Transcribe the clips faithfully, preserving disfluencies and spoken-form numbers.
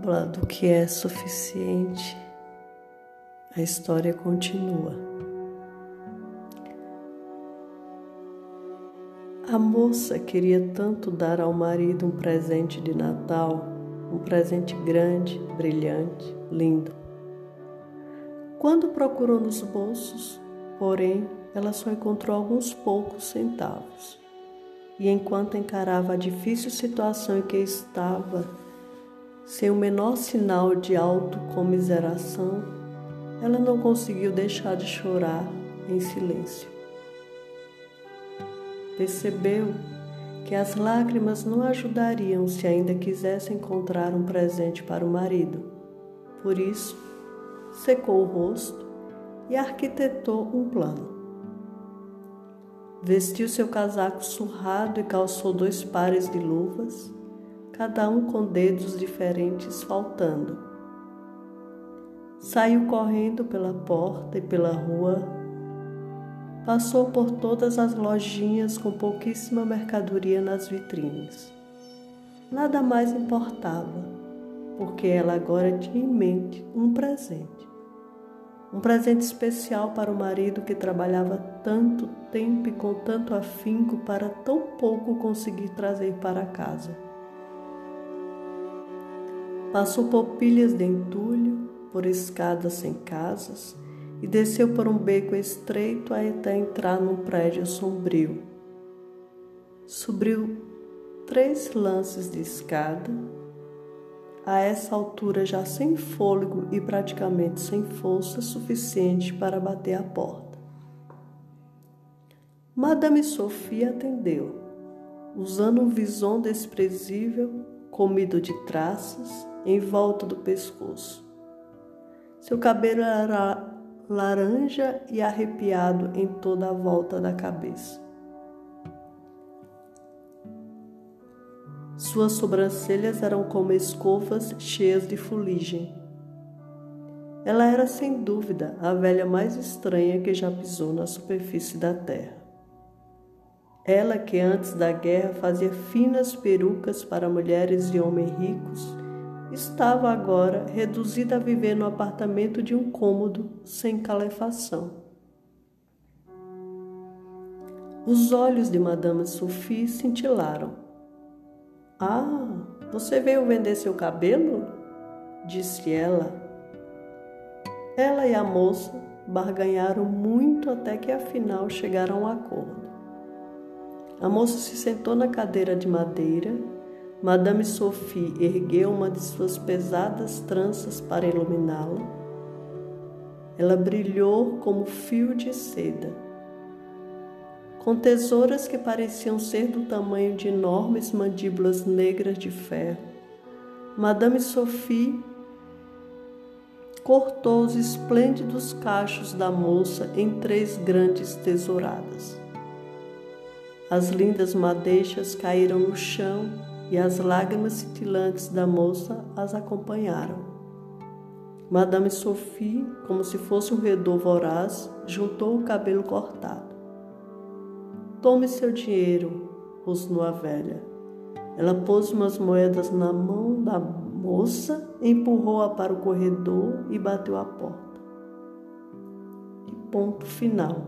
fábula do que é suficiente, a história continua. A moça queria tanto dar ao marido um presente de Natal, um presente grande, brilhante, lindo. Quando procurou nos bolsos, porém, ela só encontrou alguns poucos centavos. E enquanto encarava a difícil situação em que estava, sem o menor sinal de autocomiseração, ela não conseguiu deixar de chorar em silêncio. Percebeu que as lágrimas não ajudariam se ainda quisesse encontrar um presente para o marido. Por isso, secou o rosto e arquitetou um plano. Vestiu seu casaco surrado e calçou dois pares de luvas, cada um com dedos diferentes faltando. Saiu correndo pela porta e pela rua, passou por todas as lojinhas com pouquíssima mercadoria nas vitrines. Nada mais importava, porque ela agora tinha em mente um presente. Um presente especial para o marido que trabalhava tanto tempo e com tanto afinco para tão pouco conseguir trazer para casa. Passou por pilhas de entulho, por escadas sem casas e desceu por um beco estreito até entrar num prédio sombrio. Subiu três lances de escada, a essa altura já sem fôlego e praticamente sem força suficiente para bater a porta. Madame Sophie atendeu, usando um vison desprezível, comido de traças, em volta do pescoço. Seu cabelo era laranja e arrepiado em toda a volta da cabeça. Suas sobrancelhas eram como escovas cheias de fuligem. Ela era, sem dúvida, a velha mais estranha que já pisou na superfície da terra. Ela que antes da guerra fazia finas perucas para mulheres e homens ricos, estava agora reduzida a viver no apartamento de um cômodo sem calefação. Os olhos de Madame Sophie cintilaram. "Ah, você veio vender seu cabelo?" disse ela. Ela e a moça barganharam muito até que afinal chegaram a um acordo. A moça se sentou na cadeira de madeira. Madame Sophie ergueu uma de suas pesadas tranças para iluminá-la. Ela brilhou como fio de seda. Com tesouras que pareciam ser do tamanho de enormes mandíbulas negras de ferro, Madame Sophie cortou os esplêndidos cachos da moça em três grandes tesouradas. As lindas madeixas caíram no chão e as lágrimas cintilantes da moça as acompanharam. Madame Sophie, como se fosse um roedor voraz, juntou o cabelo cortado. "Tome seu dinheiro", rosnou a velha. Ela pôs umas moedas na mão da moça, empurrou-a para o corredor e bateu a porta. E ponto final.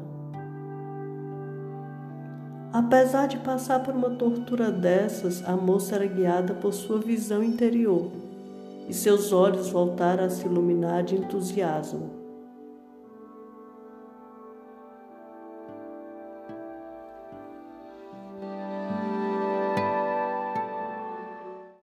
Apesar de passar por uma tortura dessas, a moça era guiada por sua visão interior e seus olhos voltaram a se iluminar de entusiasmo.